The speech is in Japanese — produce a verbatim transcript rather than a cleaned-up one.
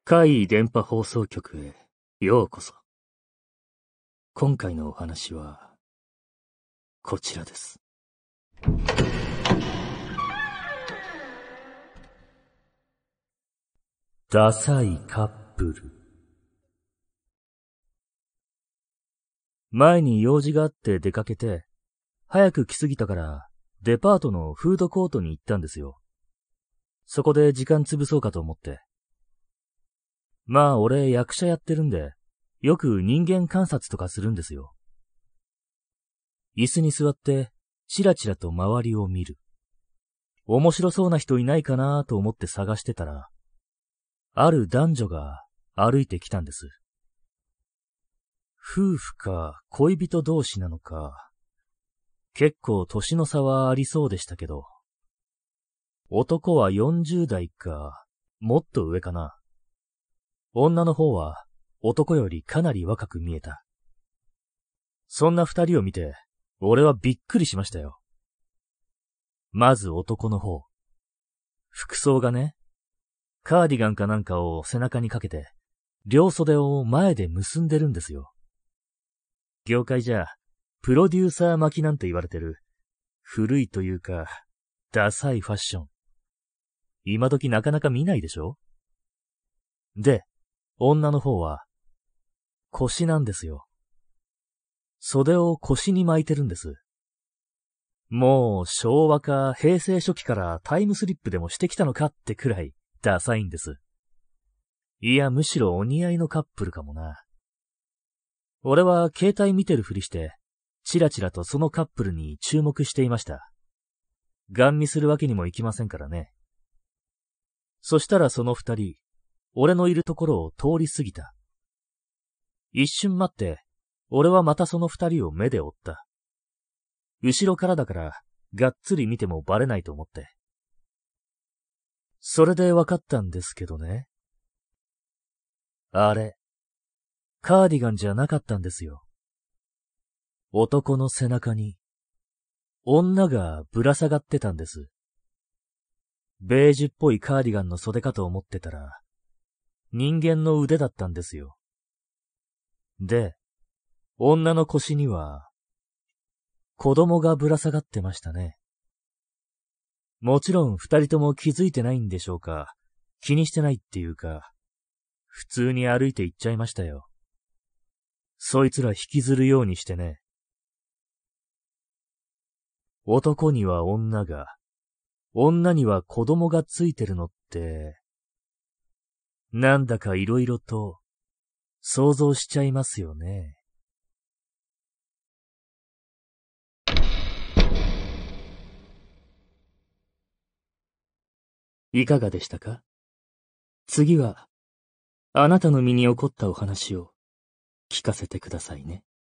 怪異電波放送局へようこそ。今回のお話は、こちらです。ダサいカップル。前に用事があって出かけて、早く来すぎたからデパートのフードコートに行ったんですよ。そこで時間潰そうかと思って。まあ俺役者やってるんで、よく人間観察とかするんですよ。椅子に座って、チラチラと周りを見る。面白そうな人いないかなと思って探してたら、ある男女が歩いてきたんです。夫婦か恋人同士なのか、結構年の差はありそうでしたけど、男はよんじゅう代か、もっと上かな。女の方は男よりかなり若く見えた。そんな二人を見て、俺はびっくりしましたよ。まず男の方。服装がね、カーディガンかなんかを背中にかけて、両袖を前で結んでるんですよ。業界じゃ、プロデューサー巻きなんて言われてる、古いというか、ダサいファッション。今時なかなか見ないでしょ？で、女の方は、腰なんですよ。袖を腰に巻いてるんです。もう昭和か平成初期からタイムスリップでもしてきたのかってくらいダサいんです。いや、むしろお似合いのカップルかもな。俺は携帯見てるふりして、チラチラとそのカップルに注目していました。ガン見するわけにもいきませんからね。そしたらその二人、俺のいるところを通り過ぎた。一瞬待って、俺はまたその二人を目で追った。後ろからだから、がっつり見てもバレないと思って。それで分かったんですけどね。あれ、カーディガンじゃなかったんですよ。男の背中に、女がぶら下がってたんです。ベージュっぽいカーディガンの袖かと思ってたら、人間の腕だったんですよ。で、女の腰には、子供がぶら下がってましたね。もちろん二人とも気づいてないんでしょうか、気にしてないっていうか、普通に歩いて行っちゃいましたよ。そいつら引きずるようにしてね。男には女が、女には子供がついてるのって、なんだか色々と想像しちゃいますよね。いかがでしたか？次は、あなたの身に起こったお話を聞かせてくださいね。